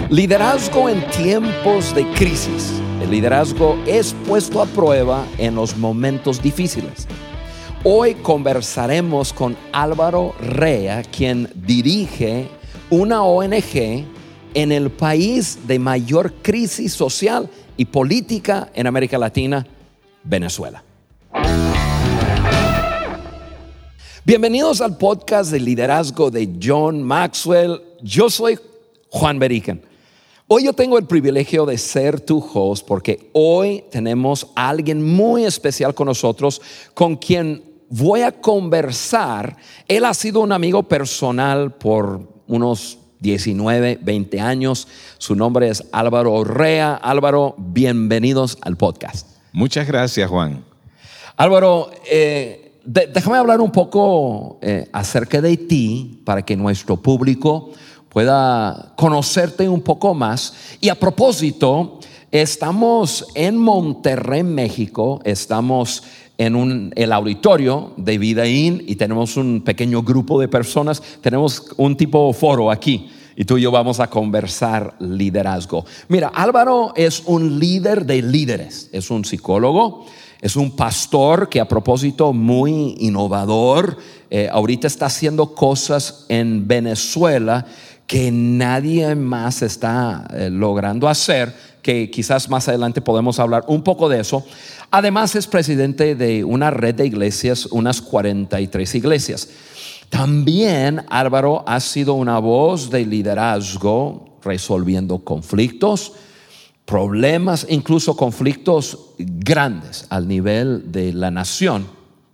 Liderazgo en tiempos de crisis. El liderazgo es puesto a prueba en los momentos difíciles. Hoy conversaremos con Álvaro Rea, quien dirige una ONG en el país de mayor crisis social y política en América Latina, Venezuela. Bienvenidos al podcast de liderazgo de John Maxwell. Yo soy Juan Beriken. Hoy yo tengo el privilegio de ser tu host porque hoy tenemos a alguien muy especial con nosotros con quien voy a conversar. Él ha sido un amigo personal por unos 19, 20 años. Su nombre es Álvaro Rea. Álvaro, bienvenidos al podcast. Muchas gracias, Juan. Álvaro, déjame hablar un poco acerca de ti para que nuestro público pueda conocerte un poco más. Y a propósito, estamos en Monterrey, México. Estamos en el auditorio de Vidaín y tenemos un pequeño grupo de personas. Tenemos un tipo foro aquí y tú y yo vamos a conversar liderazgo. Mira, Álvaro es un líder de líderes, es un psicólogo, es un pastor que a propósito muy innovador. Ahorita está haciendo cosas en Venezuela que nadie más está logrando hacer, que quizás más adelante podemos hablar un poco de eso. Además es presidente de una red de iglesias, unas 43 iglesias. También Álvaro ha sido una voz de liderazgo resolviendo conflictos, problemas, incluso conflictos grandes al nivel de la nación.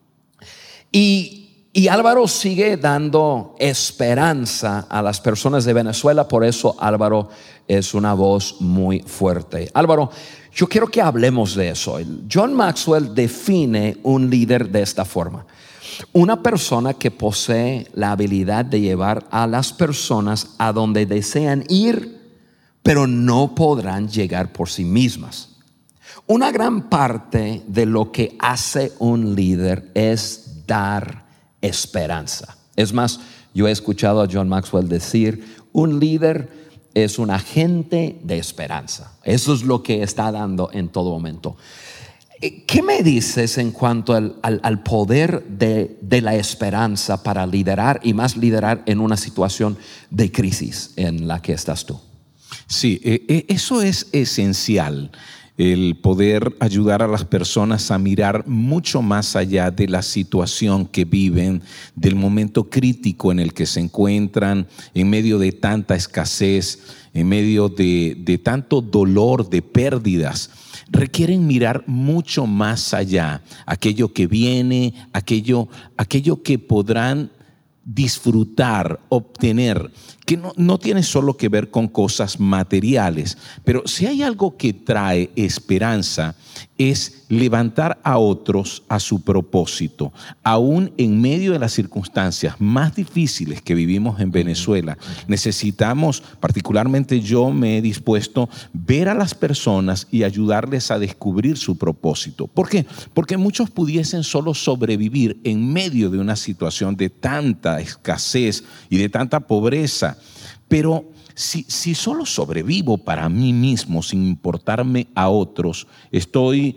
Y Álvaro sigue dando esperanza a las personas de Venezuela. Por eso Álvaro es una voz muy fuerte. Álvaro, yo quiero que hablemos de eso. John Maxwell define un líder de esta forma: una persona que posee la habilidad de llevar a las personas a donde desean ir, pero no podrán llegar por sí mismas. Una gran parte de lo que hace un líder es dar esperanza. Es más, yo he escuchado a John Maxwell decir: un líder es un agente de esperanza. Eso es lo que está dando en todo momento. ¿Qué me dices en cuanto al poder de la esperanza para liderar, y más liderar en una situación de crisis en la que estás tú? Sí, eso es esencial. El poder ayudar a las personas a mirar mucho más allá de la situación que viven, del momento crítico en el que se encuentran, en medio de tanta escasez, en medio de tanto dolor, de pérdidas. Requieren mirar mucho más allá, aquello que viene, aquello que podrán disfrutar, obtener, que no tiene solo que ver con cosas materiales, pero si hay algo que trae esperanza es levantar a otros a su propósito. Aún en medio de las circunstancias más difíciles que vivimos en Venezuela, necesitamos, particularmente yo me he dispuesto, ver a las personas y ayudarles a descubrir su propósito. ¿Por qué? Porque muchos pudiesen solo sobrevivir en medio de una situación de tanta escasez y de tanta pobreza, pero si solo sobrevivo para mí mismo sin importarme a otros, estoy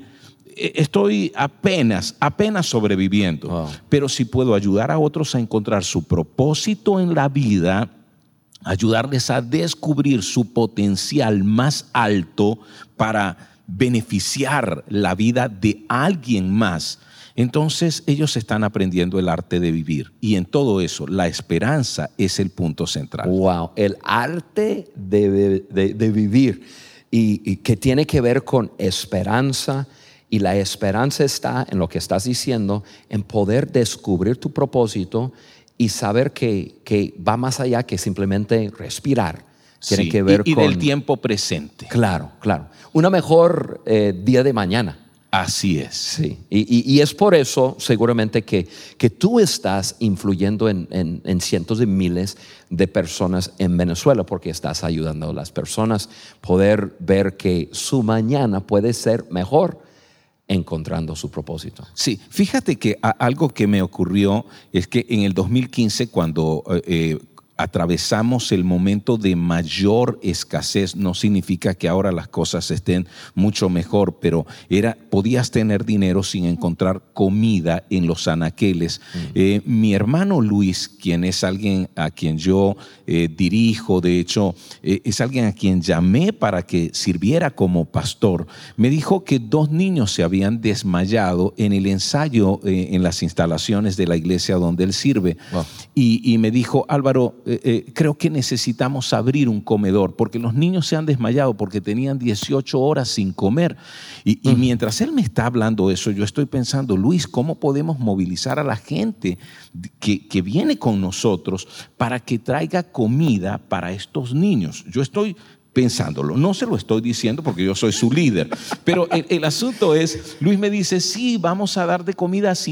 apenas sobreviviendo. Wow. Pero si puedo ayudar a otros a encontrar su propósito en la vida, ayudarles a descubrir su potencial más alto para beneficiar la vida de alguien más, entonces ellos están aprendiendo el arte de vivir. Y en todo eso, la esperanza es el punto central. Wow, el arte de vivir y que tiene que ver con esperanza. Y la esperanza está en lo que estás diciendo, en poder descubrir tu propósito y saber que va más allá que simplemente respirar. Tiene que ver con del tiempo presente. Claro. Una mejor día de mañana. Así es. Sí. Y es por eso seguramente que tú estás influyendo en cientos de miles de personas en Venezuela, porque estás ayudando a las personas a poder ver que su mañana puede ser mejor encontrando su propósito. Sí, fíjate que algo que me ocurrió es que en el 2015, cuando atravesamos el momento de mayor escasez. No significa que ahora las cosas estén mucho mejor, pero podías tener dinero sin encontrar comida en los anaqueles. Mi hermano Luis, quien es alguien a quien yo dirijo, de hecho, es alguien a quien llamé para que sirviera como pastor, me dijo que 2 niños se habían desmayado en el ensayo en las instalaciones de la iglesia donde él sirve. Wow. Y me dijo: Álvaro, creo que necesitamos abrir un comedor porque los niños se han desmayado porque tenían 18 horas sin comer. Y mientras él me está hablando eso, yo estoy pensando: Luis, ¿cómo podemos movilizar a la gente que viene con nosotros para que traiga comida para estos niños? Yo estoy pensándolo, no se lo estoy diciendo porque yo soy su líder, pero el asunto es, Luis me dice: sí, vamos a dar de comida a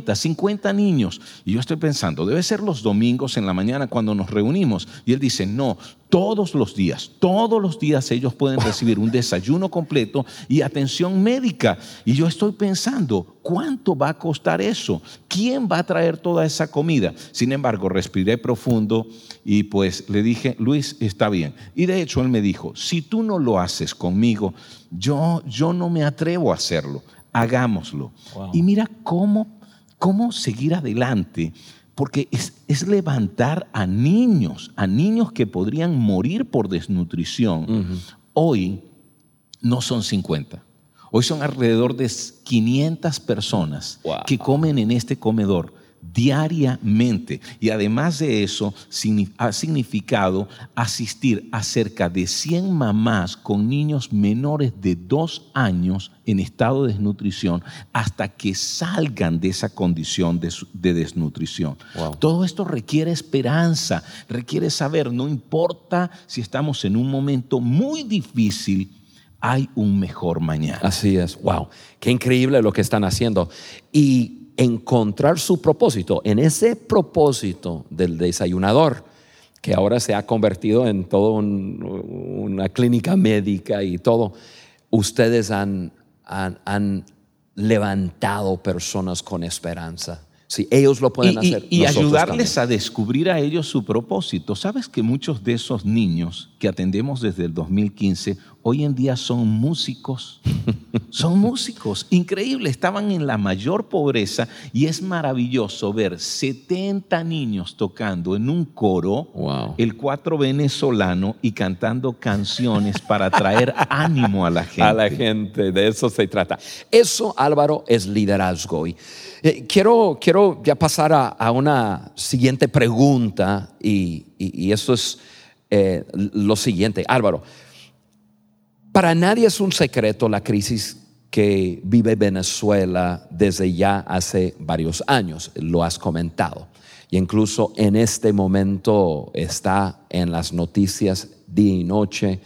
50 niños. Y yo estoy pensando, debe ser los domingos en la mañana cuando nos reunimos. Y él dice: no, todos los días ellos pueden recibir un desayuno completo y atención médica. Y yo estoy pensando, ¿cuánto va a costar eso? ¿Quién va a traer toda esa comida? Sin embargo, respiré profundo y pues le dije: Luis, está bien. Y de hecho él me dijo: si tú no lo haces conmigo, yo no me atrevo a hacerlo. Hagámoslo. Wow. Y mira cómo seguir adelante. Porque es levantar a niños que podrían morir por desnutrición. Hoy no son 50. Hoy son alrededor de 500 personas que comen en este comedor diariamente. Y además de eso, ha significado asistir a cerca de 100 mamás con niños menores de 2 años en estado de desnutrición hasta que salgan de esa condición de desnutrición. Wow. Todo esto requiere esperanza, requiere saber, no importa si estamos en un momento muy difícil, hay un mejor mañana. Así es. Wow, qué increíble lo que están haciendo. Y encontrar su propósito, en ese propósito del desayunador, que ahora se ha convertido en toda una clínica médica y todo. Ustedes han levantado personas con esperanza. Sí, ellos lo pueden hacer. Y ayudarles también a descubrir a ellos su propósito. ¿Sabes que muchos de esos niños que atendemos desde el 2015 hoy en día son músicos? Son músicos, increíble. Estaban en la mayor pobreza y es maravilloso ver 70 niños tocando en un coro, el 4 venezolano, y cantando canciones para traer ánimo a la gente. A la gente, de eso se trata. Eso, Álvaro, es liderazgo. Y quiero ya pasar a una siguiente pregunta y eso es lo siguiente. Álvaro, para nadie es un secreto la crisis que vive Venezuela desde ya hace varios años, lo has comentado. Y incluso en este momento está en las noticias día y noche.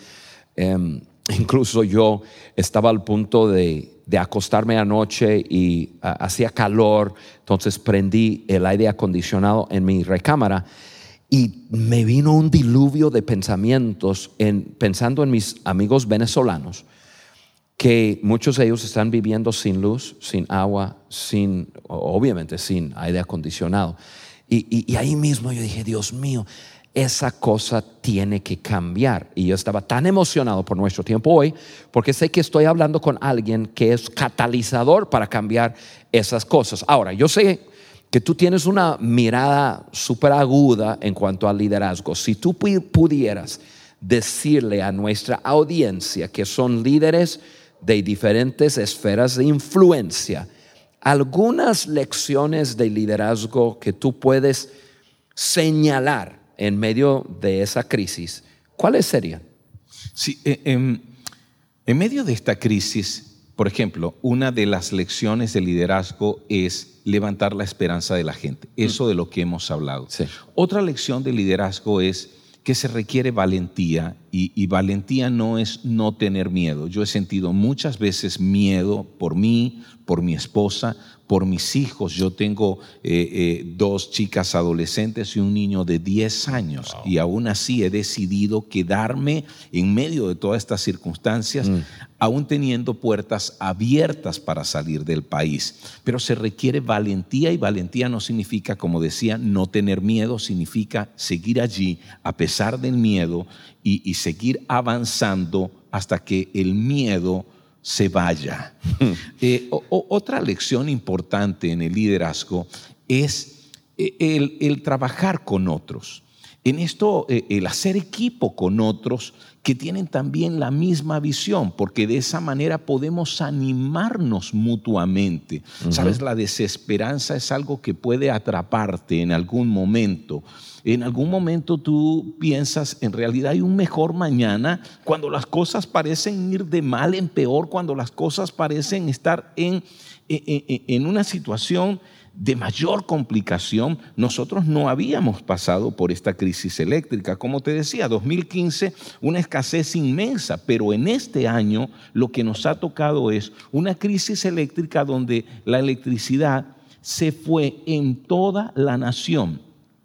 Incluso yo estaba al punto de acostarme anoche y hacía calor, entonces prendí el aire acondicionado en mi recámara y me vino un diluvio de pensamientos pensando en mis amigos venezolanos, que muchos de ellos están viviendo sin luz, sin agua, obviamente sin aire acondicionado. Y ahí mismo yo dije: Dios mío, esa cosa tiene que cambiar. Y yo estaba tan emocionado por nuestro tiempo hoy, porque sé que estoy hablando con alguien que es catalizador para cambiar esas cosas. Ahora, yo sé que tú tienes una mirada súper aguda en cuanto al liderazgo. Si tú pudieras decirle a nuestra audiencia, que son líderes de diferentes esferas de influencia, algunas lecciones de liderazgo que tú puedes señalar en medio de esa crisis, ¿cuáles serían? Sí, en medio de esta crisis, por ejemplo, una de las lecciones de liderazgo es levantar la esperanza de la gente. Eso de lo que hemos hablado. Sí. Otra lección de liderazgo es que se requiere valentía y valentía no es no tener miedo. Yo he sentido muchas veces miedo por mí, por mi esposa, por mis hijos. Yo tengo 2 chicas adolescentes y un niño de 10 años. Wow. Y aún así he decidido quedarme en medio de todas estas circunstancias, aún teniendo puertas abiertas para salir del país. Pero se requiere valentía, y valentía no significa, como decía, no tener miedo, significa seguir allí a pesar del miedo y seguir avanzando hasta que el miedo se vaya. Otra lección importante en el liderazgo es el trabajar con otros. En esto, el hacer equipo con otros que tienen también la misma visión, porque de esa manera podemos animarnos mutuamente. Sabes, la desesperanza es algo que puede atraparte en algún momento. En algún momento tú piensas, en realidad hay un mejor mañana, cuando las cosas parecen ir de mal en peor, cuando las cosas parecen estar en una situación de mayor complicación. Nosotros no habíamos pasado por esta crisis eléctrica. Como te decía, 2015, una escasez inmensa, pero en este año lo que nos ha tocado es una crisis eléctrica donde la electricidad se fue en toda la nación.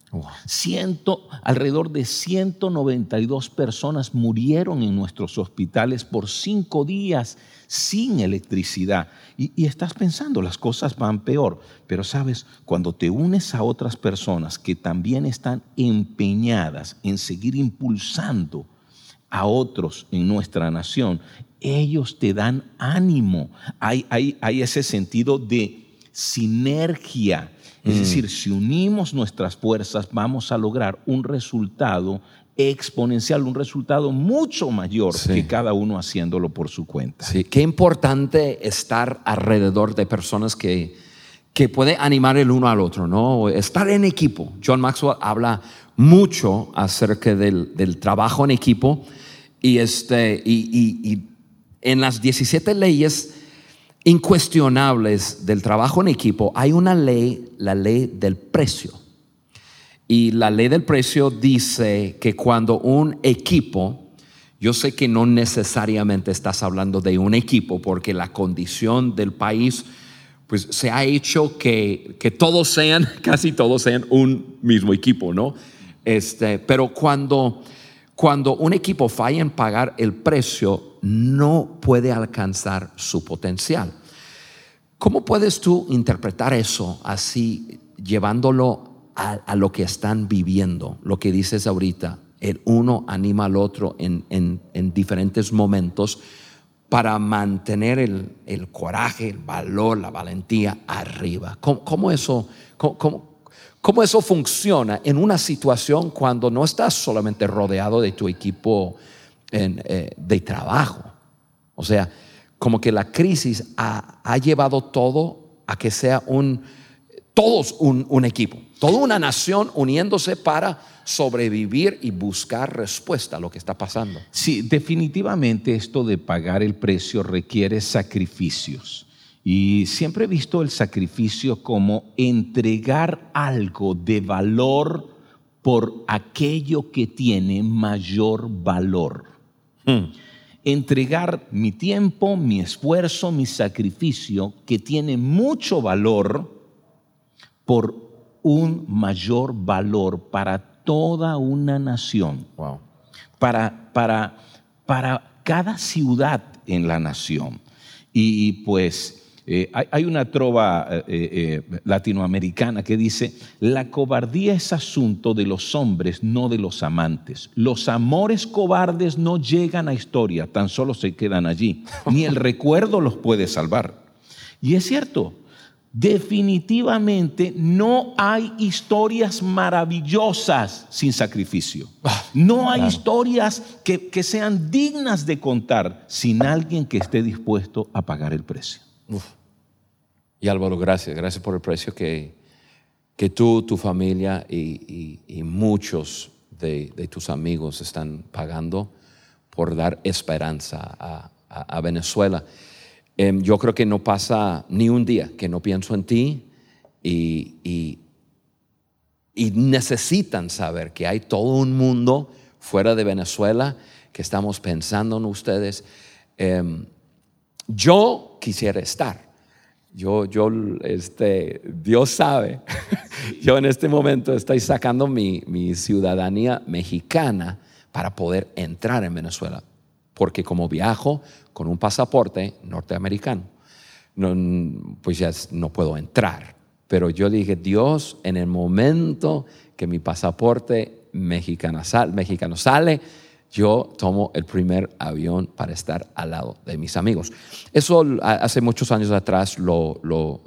Alrededor de 192 personas murieron en nuestros hospitales por 5 días sin electricidad. Y estás pensando, las cosas van peor. Pero sabes, cuando te unes a otras personas que también están empeñadas en seguir impulsando a otros en nuestra nación, ellos te dan ánimo. Hay ese sentido de sinergia. Es decir, si unimos nuestras fuerzas, vamos a lograr un resultado exponencial, un resultado mucho mayor que cada uno haciéndolo por su cuenta. Sí, qué importante estar alrededor de personas que pueden animar el uno al otro, ¿no? Estar en equipo. John Maxwell habla mucho acerca del trabajo en equipo y en las 17 leyes incuestionables del trabajo en equipo hay una ley, la ley del precio. Y la ley del precio dice que cuando un equipo, yo sé que no necesariamente estás hablando de un equipo, porque la condición del país pues se ha hecho que casi todos sean un mismo equipo, ¿no? Pero cuando un equipo falla en pagar el precio, no puede alcanzar su potencial. ¿Cómo puedes tú interpretar eso así, llevándolo a lo que están viviendo? Lo que dices ahorita, el uno anima al otro en diferentes momentos para mantener el coraje, el valor, la valentía arriba. ¿Cómo eso funciona en una situación cuando no estás solamente rodeado de tu equipo de trabajo? O sea, como que la crisis ha llevado todo a que sea todos un equipo, toda una nación uniéndose para sobrevivir y buscar respuesta a lo que está pasando. Sí, definitivamente esto de pagar el precio requiere sacrificios. Y siempre he visto el sacrificio como entregar algo de valor por aquello que tiene mayor valor. Entregar mi tiempo, mi esfuerzo, mi sacrificio, que tiene mucho valor, por un mayor valor para toda una nación. Wow. Para cada ciudad en la nación. Y pues hay una trova latinoamericana que dice: la cobardía es asunto de los hombres, no de los amantes. Los amores cobardes no llegan a historia, tan solo se quedan allí. Ni el recuerdo los puede salvar. Y es cierto. Definitivamente no hay historias maravillosas sin sacrificio. No hay historias que sean dignas de contar sin alguien que esté dispuesto a pagar el precio. Y Álvaro, gracias por el precio que tú, tu familia y muchos de tus amigos están pagando por dar esperanza a Venezuela. Yo creo que no pasa ni un día que no pienso en ti y necesitan saber que hay todo un mundo fuera de Venezuela que estamos pensando en ustedes. Yo quisiera estar. Dios sabe, yo en este momento estoy sacando mi ciudadanía mexicana para poder entrar en Venezuela, porque como viajo con un pasaporte norteamericano, pues ya no puedo entrar. Pero yo dije, Dios, en el momento que mi pasaporte mexicano sale, yo tomo el primer avión para estar al lado de mis amigos. Eso hace muchos años atrás lo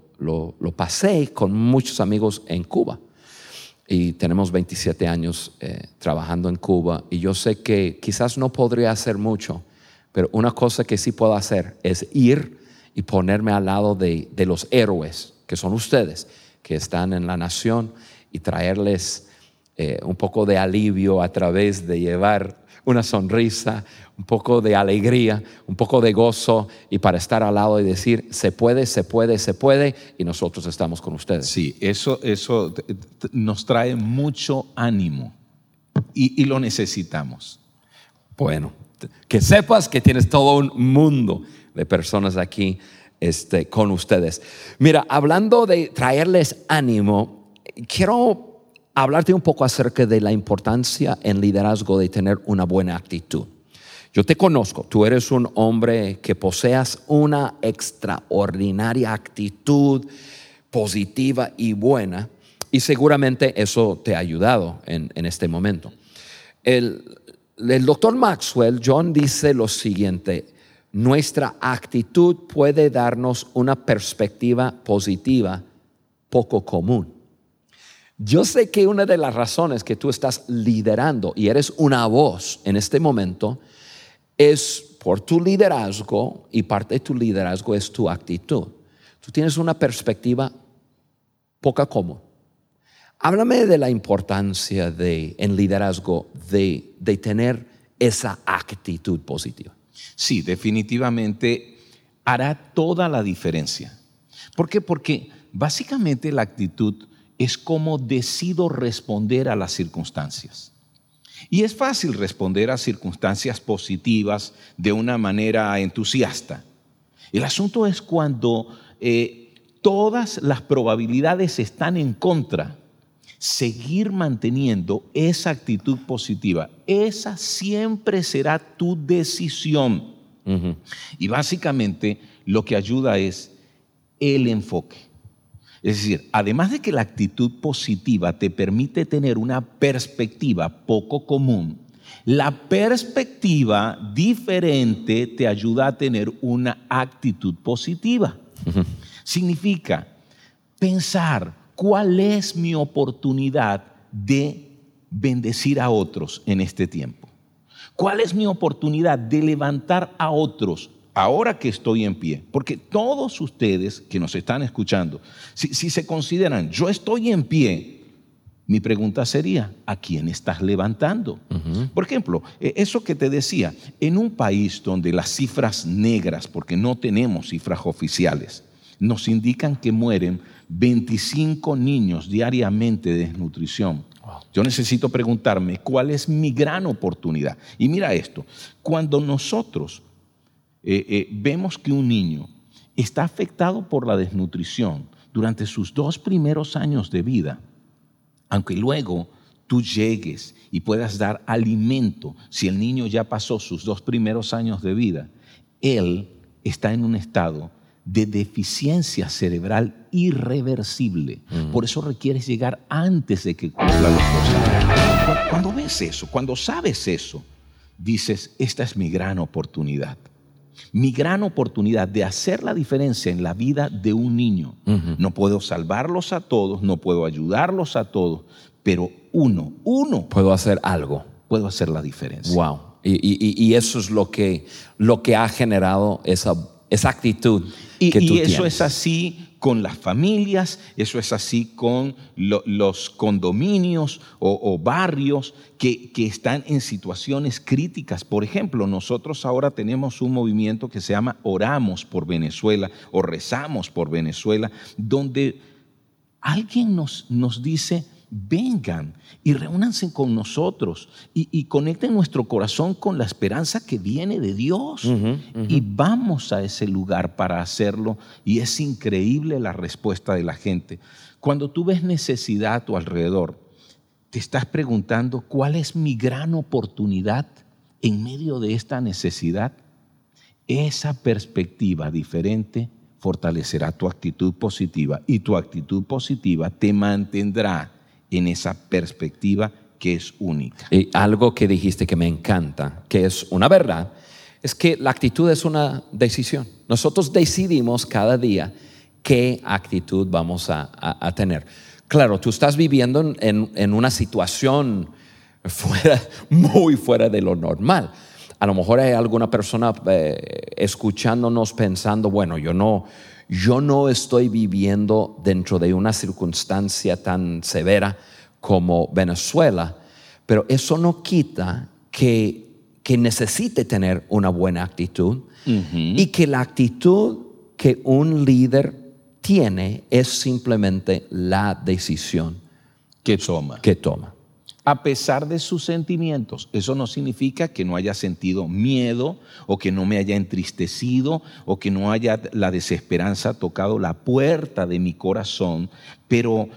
pasé con muchos amigos en Cuba. Y tenemos 27 años trabajando en Cuba. Y yo sé que quizás no podría hacer mucho, pero una cosa que sí puedo hacer es ir y ponerme al lado de los héroes, que son ustedes, que están en la nación, y traerles un poco de alivio a través de llevar una sonrisa, un poco de alegría, un poco de gozo, y para estar al lado y decir, se puede, se puede, se puede, y nosotros estamos con ustedes. Sí, eso nos trae mucho ánimo y lo necesitamos. Bueno, que sepas que tienes todo un mundo de personas aquí con ustedes. Mira, hablando de traerles ánimo, quiero hablarte un poco acerca de la importancia en liderazgo de tener una buena actitud. Yo te conozco, tú eres un hombre que poseas una extraordinaria actitud positiva y buena, y seguramente eso te ha ayudado en este momento. El doctor Maxwell, John, dice lo siguiente: nuestra actitud puede darnos una perspectiva positiva poco común. Yo sé que una de las razones que tú estás liderando y eres una voz en este momento es por tu liderazgo, y parte de tu liderazgo es tu actitud. Tú tienes una perspectiva poca común. Háblame de la importancia en liderazgo de tener esa actitud positiva. Sí, definitivamente hará toda la diferencia. ¿Por qué? Porque básicamente la actitud es cómo decido responder a las circunstancias. Y es fácil responder a circunstancias positivas de una manera entusiasta. El asunto es cuando todas las probabilidades están en contra. Seguir manteniendo esa actitud positiva, esa siempre será tu decisión. Uh-huh. Y básicamente lo que ayuda es el enfoque. Es decir, además de que la actitud positiva te permite tener una perspectiva poco común, la perspectiva diferente te ayuda a tener una actitud positiva. Uh-huh. Significa pensar cuál es mi oportunidad de bendecir a otros en este tiempo. ¿Cuál es mi oportunidad de levantar a otros ahora que estoy en pie? Porque todos ustedes que nos están escuchando, si se consideran, yo estoy en pie, mi pregunta sería, ¿a quién estás levantando? Uh-huh. Por ejemplo, eso que te decía, en un país donde las cifras negras, porque no tenemos cifras oficiales, nos indican que mueren 25 niños diariamente de desnutrición. Wow. Yo necesito preguntarme, ¿cuál es mi gran oportunidad? Y mira esto, cuando nosotros vemos que un niño está afectado por la desnutrición durante sus 2 primeros años de vida, aunque luego tú llegues y puedas dar alimento, si el niño ya pasó sus 2 primeros años de vida, él está en un estado de deficiencia cerebral irreversible. Por eso requieres llegar antes de que cumpla los 2 años. Cuando ves eso, cuando sabes eso, dices, esta es mi gran oportunidad. Mi gran oportunidad de hacer la diferencia en la vida de un niño. Uh-huh. No puedo salvarlos a todos, no puedo ayudarlos a todos, pero uno. Puedo hacer algo. Puedo hacer la diferencia. Wow. Y eso es lo que ha generado esa actitud que tú tienes. Y eso es así con las familias, eso es así con los condominios o barrios que están en situaciones críticas. Por ejemplo, nosotros ahora tenemos un movimiento que se llama Oramos por Venezuela o Rezamos por Venezuela, donde alguien nos dice, vengan y reúnanse con nosotros y conecten nuestro corazón con la esperanza que viene de Dios. Y vamos a ese lugar para hacerlo, y es increíble la respuesta de la gente. Cuando tú ves necesidad a tu alrededor, te estás preguntando, ¿cuál es mi gran oportunidad en medio de esta necesidad? Esa perspectiva diferente fortalecerá tu actitud positiva, y tu actitud positiva te mantendrá en esa perspectiva que es única. Y algo que dijiste que me encanta, que es una verdad, es que la actitud es una decisión. Nosotros decidimos cada día qué actitud vamos a tener. Claro, tú estás viviendo en una situación muy fuera de lo normal. A lo mejor hay alguna persona escuchándonos pensando, bueno, yo no estoy viviendo dentro de una circunstancia tan severa como Venezuela, pero eso no quita que necesite tener una buena actitud y que la actitud que un líder tiene es simplemente la decisión que toma. A pesar de sus sentimientos. Eso no significa que no haya sentido miedo, o que no me haya entristecido, o que no haya la desesperanza tocado la puerta de mi corazón, pero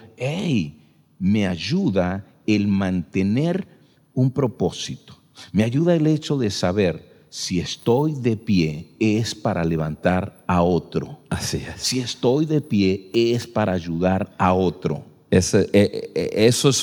me ayuda el mantener un propósito. Me ayuda el hecho de saber, si estoy de pie es para levantar a otro. Así es. Si estoy de pie es para ayudar a otro. Eso es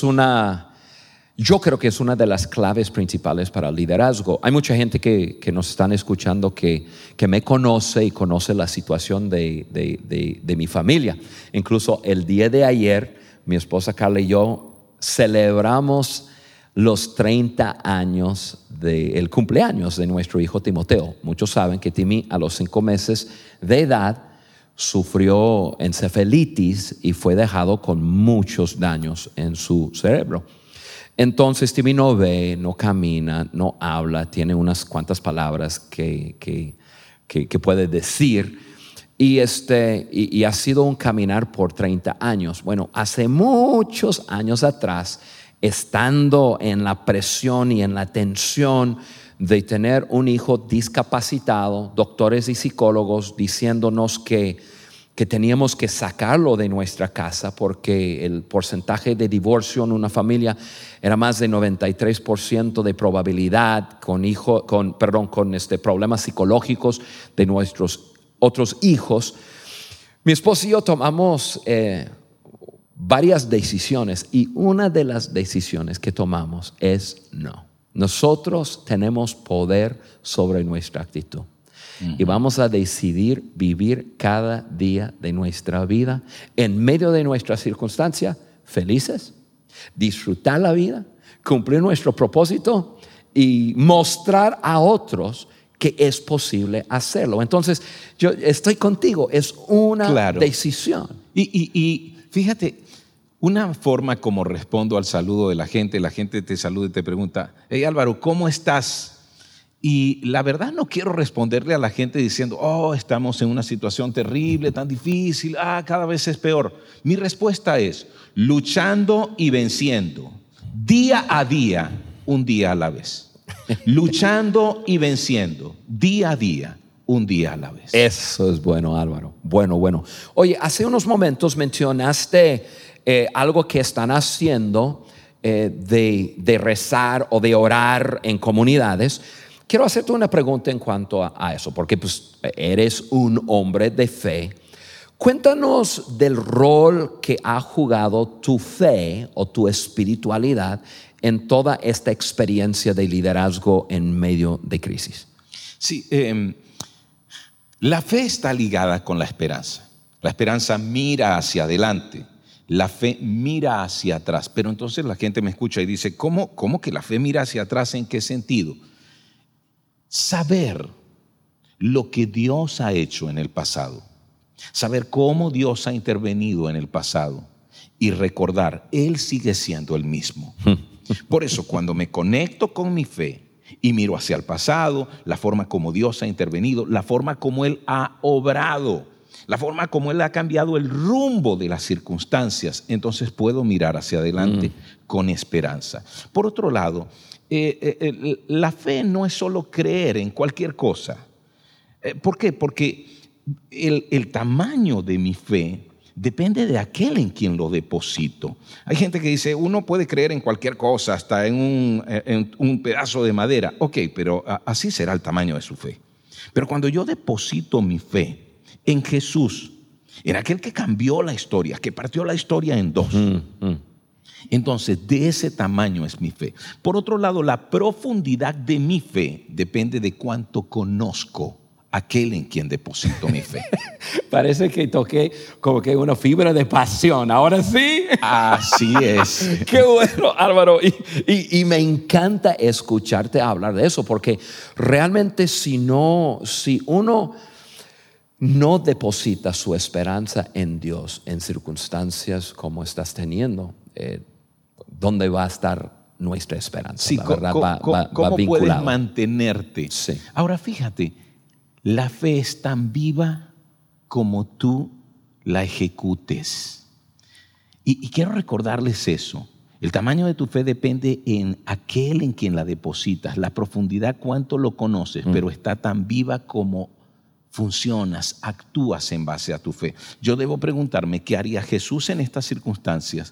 yo creo que es una de las claves principales para el liderazgo. Hay mucha gente que nos están escuchando que me conoce y conoce la situación de mi familia. Incluso el día de ayer, mi esposa Carla y yo celebramos los 30 años del cumpleaños de nuestro hijo Timoteo. Muchos saben que Timmy, a los 5 meses de edad, sufrió encefalitis y fue dejado con muchos daños en su cerebro. Entonces Timmy no ve, no camina, no habla, tiene unas cuantas palabras que puede decir, y ha sido un caminar por 30 años. Bueno, hace muchos años atrás, estando en la presión y en la tensión de tener un hijo discapacitado, doctores y psicólogos diciéndonos que teníamos que sacarlo de nuestra casa porque el porcentaje de divorcio en una familia era más de 93% de probabilidad con problemas psicológicos de nuestros otros hijos. Mi esposo y yo tomamos varias decisiones, y una de las decisiones que tomamos es no. Nosotros tenemos poder sobre nuestra actitud. Y vamos a decidir vivir cada día de nuestra vida en medio de nuestra circunstancia felices, disfrutar la vida, cumplir nuestro propósito y mostrar a otros que es posible hacerlo. Entonces, yo estoy contigo, es una decisión. Y fíjate, una forma como respondo al saludo de la gente te saluda y te pregunta, hey Álvaro, ¿cómo estás? Y la verdad no quiero responderle a la gente diciendo, estamos en una situación terrible, tan difícil, cada vez es peor. Mi respuesta es, luchando y venciendo, día a día, un día a la vez. Luchando y venciendo, día a día, un día a la vez. Eso es bueno, Álvaro. Bueno. Oye, hace unos momentos mencionaste algo que están haciendo de rezar o de orar en comunidades. Quiero hacerte una pregunta en cuanto a eso, porque pues, eres un hombre de fe. Cuéntanos del rol que ha jugado tu fe o tu espiritualidad en toda esta experiencia de liderazgo en medio de crisis. Sí, la fe está ligada con la esperanza. La esperanza mira hacia adelante, la fe mira hacia atrás. Pero entonces la gente me escucha y dice, ¿cómo que la fe mira hacia atrás? ¿En qué sentido? Saber lo que Dios ha hecho en el pasado, saber cómo Dios ha intervenido en el pasado y recordar, Él sigue siendo el mismo. Por eso cuando me conecto con mi fe y miro hacia el pasado, la forma como Dios ha intervenido, la forma como Él ha obrado, la forma como Él ha cambiado el rumbo de las circunstancias, entonces puedo mirar hacia adelante con esperanza. Por otro lado, la fe no es solo creer en cualquier cosa. ¿Por qué? Porque el tamaño de mi fe depende de aquel en quien lo deposito. Hay gente que dice, uno puede creer en cualquier cosa, hasta en un pedazo de madera. Ok, pero así será el tamaño de su fe. Pero cuando yo deposito mi fe en Jesús, en aquel que cambió la historia, que partió la historia en dos, entonces de ese tamaño es mi fe. Por otro lado, la profundidad de mi fe depende de cuánto conozco aquel en quien deposito mi fe. Parece que toqué como que una fibra de pasión. Ahora sí. Así es. Qué bueno, Álvaro. Y me encanta escucharte hablar de eso, porque realmente si uno no deposita su esperanza en Dios en circunstancias como estás teniendo, ¿dónde va a estar nuestra esperanza? Sí, la verdad, ¿cómo va puedes mantenerte? Sí. Ahora fíjate, la fe es tan viva como tú la ejecutes. Y quiero recordarles eso. El tamaño de tu fe depende en aquel en quien la depositas, la profundidad, cuánto lo conoces, pero está tan viva como funcionas, actúas en base a tu fe. Yo debo preguntarme, ¿qué haría Jesús en estas circunstancias?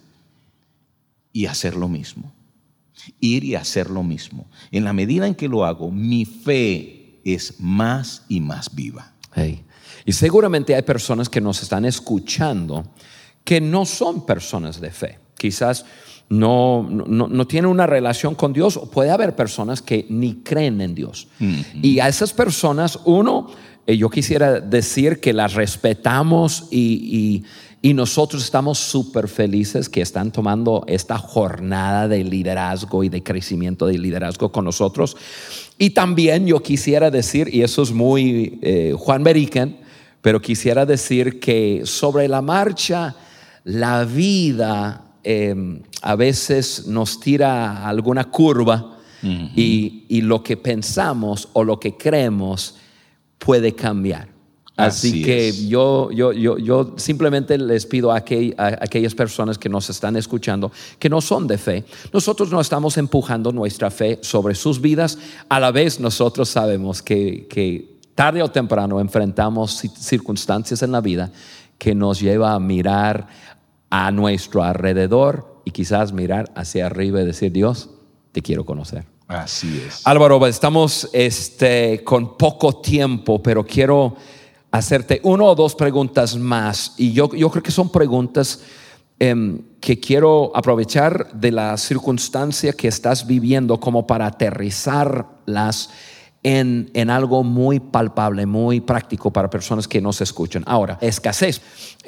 Y hacer lo mismo. Ir y hacer lo mismo. En la medida en que lo hago, mi fe es más y más viva. Hey. Y seguramente hay personas que nos están escuchando que no son personas de fe. Quizás no tienen una relación con Dios, o puede haber personas que ni creen en Dios. Y a esas personas, yo quisiera decir que las respetamos y nosotros estamos súper felices que están tomando esta jornada de liderazgo y de crecimiento de liderazgo con nosotros. Y también yo quisiera decir, y eso es muy Juan Beriken, pero quisiera decir que sobre la marcha la vida a veces nos tira alguna curva y lo que pensamos o lo que creemos puede cambiar. Así que yo simplemente les pido a aquellas personas que nos están escuchando que no son de fe, nosotros no estamos empujando nuestra fe sobre sus vidas. A la vez nosotros sabemos que tarde o temprano enfrentamos circunstancias en la vida que nos lleva a mirar a nuestro alrededor y quizás mirar hacia arriba y decir, Dios, te quiero conocer. Así es. Álvaro, estamos con poco tiempo, pero quiero hacerte una o dos preguntas más, y yo creo que son preguntas que quiero aprovechar de la circunstancia que estás viviendo como para aterrizarlas en algo muy palpable, muy práctico para personas que nos escuchan. Ahora, escasez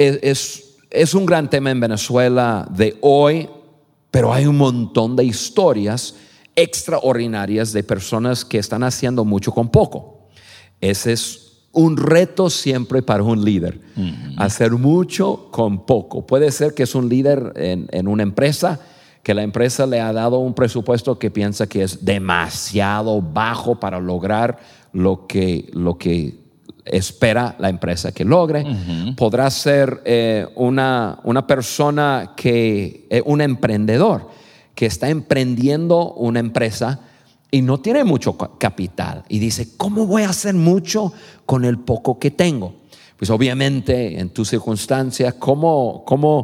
es un gran tema en Venezuela de hoy, pero hay un montón de historias extraordinarias de personas que están haciendo mucho con poco. Ese es un reto siempre para un líder, hacer mucho con poco. Puede ser que es un líder en una empresa, que la empresa le ha dado un presupuesto que piensa que es demasiado bajo para lograr lo que espera la empresa que logre. Podrá ser una persona un emprendedor que está emprendiendo una empresa y no tiene mucho capital y dice, ¿cómo voy a hacer mucho con el poco que tengo? Pues obviamente en tu circunstancia, ¿cómo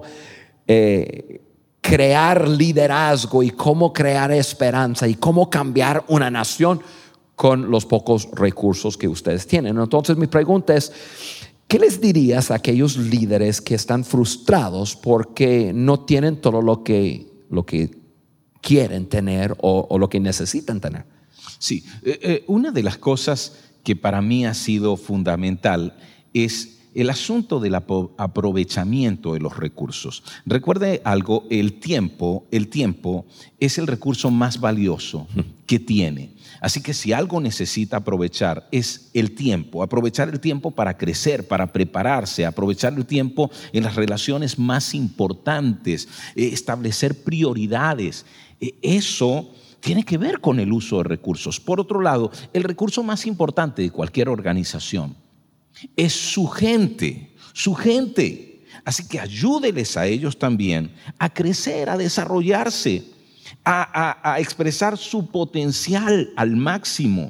crear liderazgo y cómo crear esperanza y cómo cambiar una nación con los pocos recursos que ustedes tienen? Entonces mi pregunta es, ¿qué les dirías a aquellos líderes que están frustrados porque no tienen todo lo que quieren tener o lo que necesitan tener? Sí, una de las cosas que para mí ha sido fundamental es el asunto del aprovechamiento de los recursos. Recuerde algo, el tiempo es el recurso más valioso que tiene. Así que si algo necesita aprovechar es el tiempo, aprovechar el tiempo para crecer, para prepararse, aprovechar el tiempo en las relaciones más importantes, establecer prioridades. Eso tiene que ver con el uso de recursos. Por otro lado, el recurso más importante de cualquier organización es su gente. su gente. Así que ayúdeles a ellos también a crecer, a desarrollarse, a expresar su potencial al máximo.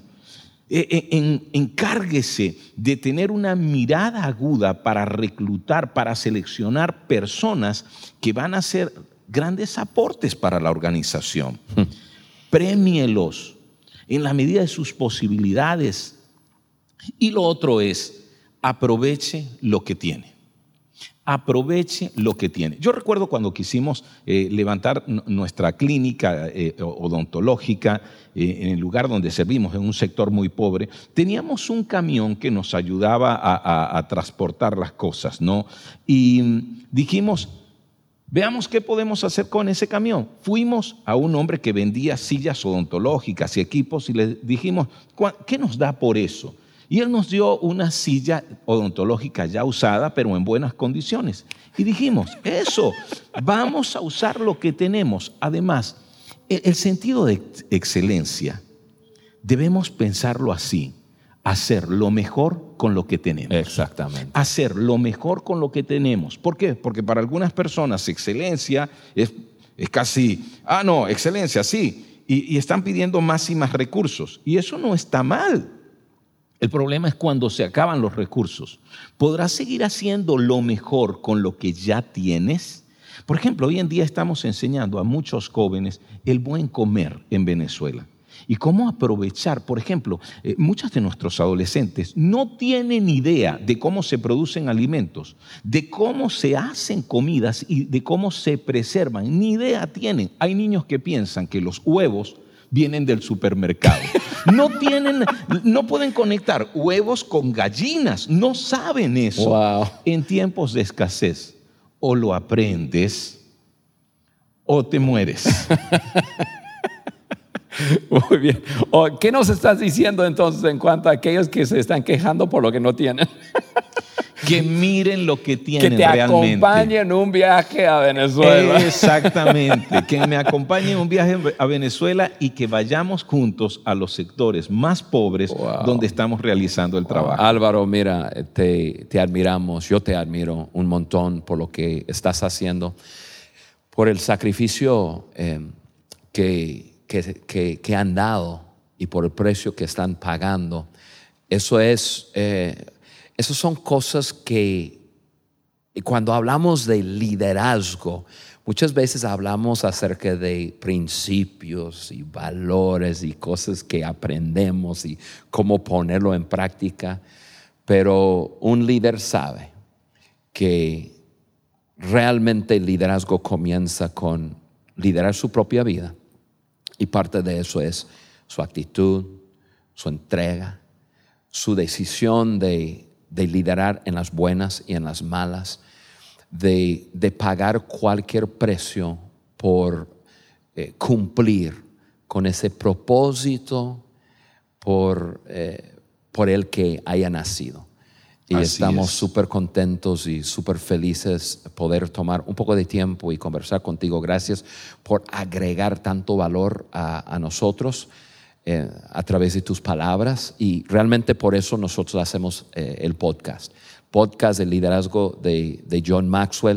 Encárguese de tener una mirada aguda para reclutar, para seleccionar personas que van a hacer grandes aportes para la organización. Prémielos en la medida de sus posibilidades. Y lo otro es, aproveche lo que tiene. Aproveche lo que tiene. Yo recuerdo cuando quisimos levantar nuestra clínica odontológica en el lugar donde servimos, en un sector muy pobre, teníamos un camión que nos ayudaba a transportar las cosas, ¿no? Y dijimos, veamos qué podemos hacer con ese camión. Fuimos a un hombre que vendía sillas odontológicas y equipos y le dijimos, ¿qué nos da por eso? Y él nos dio una silla odontológica ya usada, pero en buenas condiciones. Y dijimos, eso, vamos a usar lo que tenemos. Además, el sentido de excelencia, debemos pensarlo así, hacer lo mejor con lo que tenemos. Exactamente. Hacer lo mejor con lo que tenemos. ¿Por qué? Porque para algunas personas excelencia es casi, excelencia, sí. Y están pidiendo más y más recursos. Y eso no está mal. El problema es cuando se acaban los recursos. ¿Podrás seguir haciendo lo mejor con lo que ya tienes? Por ejemplo, hoy en día estamos enseñando a muchos jóvenes el buen comer en Venezuela. Y cómo aprovechar, por ejemplo, muchos de nuestros adolescentes no tienen idea de cómo se producen alimentos, de cómo se hacen comidas y de cómo se preservan. Ni idea tienen. Hay niños que piensan que los huevos vienen del supermercado. No pueden conectar huevos con gallinas. No saben eso. Wow. En tiempos de escasez, o lo aprendes o te mueres. Muy bien. ¿Qué nos estás diciendo entonces en cuanto a aquellos que se están quejando por lo que no tienen? Que miren lo que tienen realmente. Que te acompañen en un viaje a Venezuela. Exactamente, que me acompañen en un viaje a Venezuela y que vayamos juntos a los sectores más pobres donde estamos realizando el trabajo. Álvaro, mira, te admiramos, yo te admiro un montón por lo que estás haciendo, por el sacrificio que han dado y por el precio que están pagando. Esas son cosas que cuando hablamos de liderazgo, muchas veces hablamos acerca de principios y valores y cosas que aprendemos y cómo ponerlo en práctica, pero un líder sabe que realmente el liderazgo comienza con liderar su propia vida y parte de eso es su actitud, su entrega, su decisión de liderar en las buenas y en las malas, de pagar cualquier precio por cumplir con ese propósito por el que haya nacido. Y Así estamos es. súper contentos y súper felices poder tomar un poco de tiempo y conversar contigo. Gracias por agregar tanto valor a nosotros a través de tus palabras, y realmente por eso nosotros hacemos el podcast del liderazgo de John Maxwell.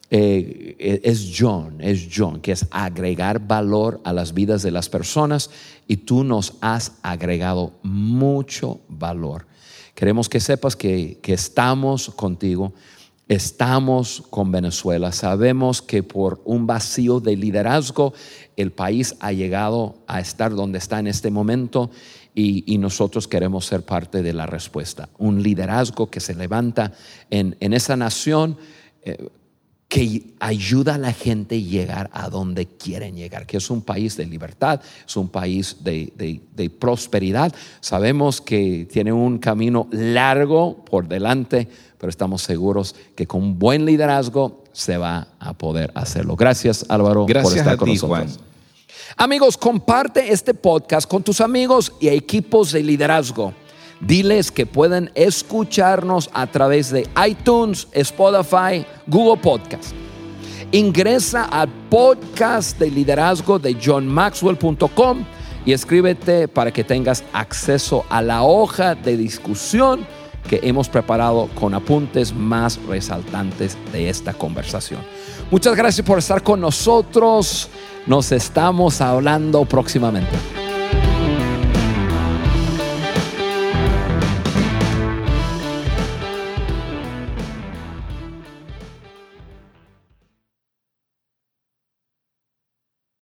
Es John, que es agregar valor a las vidas de las personas, y tú nos has agregado mucho valor. Queremos que sepas que estamos contigo, estamos con Venezuela. Sabemos que por un vacío de liderazgo el país ha llegado a estar donde está en este momento, y nosotros queremos ser parte de la respuesta. Un liderazgo que se levanta en esa nación, que ayuda a la gente a llegar a donde quieren llegar, que es un país de libertad, es un país de prosperidad. Sabemos que tiene un camino largo por delante, pero estamos seguros que con buen liderazgo se va a poder hacerlo. Gracias, Álvaro, por estar con nosotros. Juan. Amigos, comparte este podcast con tus amigos y equipos de liderazgo. Diles que pueden escucharnos a través de iTunes, Spotify, Google Podcast. Ingresa al podcast de liderazgo de johnmaxwell.com y escríbete para que tengas acceso a la hoja de discusión que hemos preparado con apuntes más resaltantes de esta conversación. Muchas gracias por estar con nosotros. Nos estamos hablando próximamente.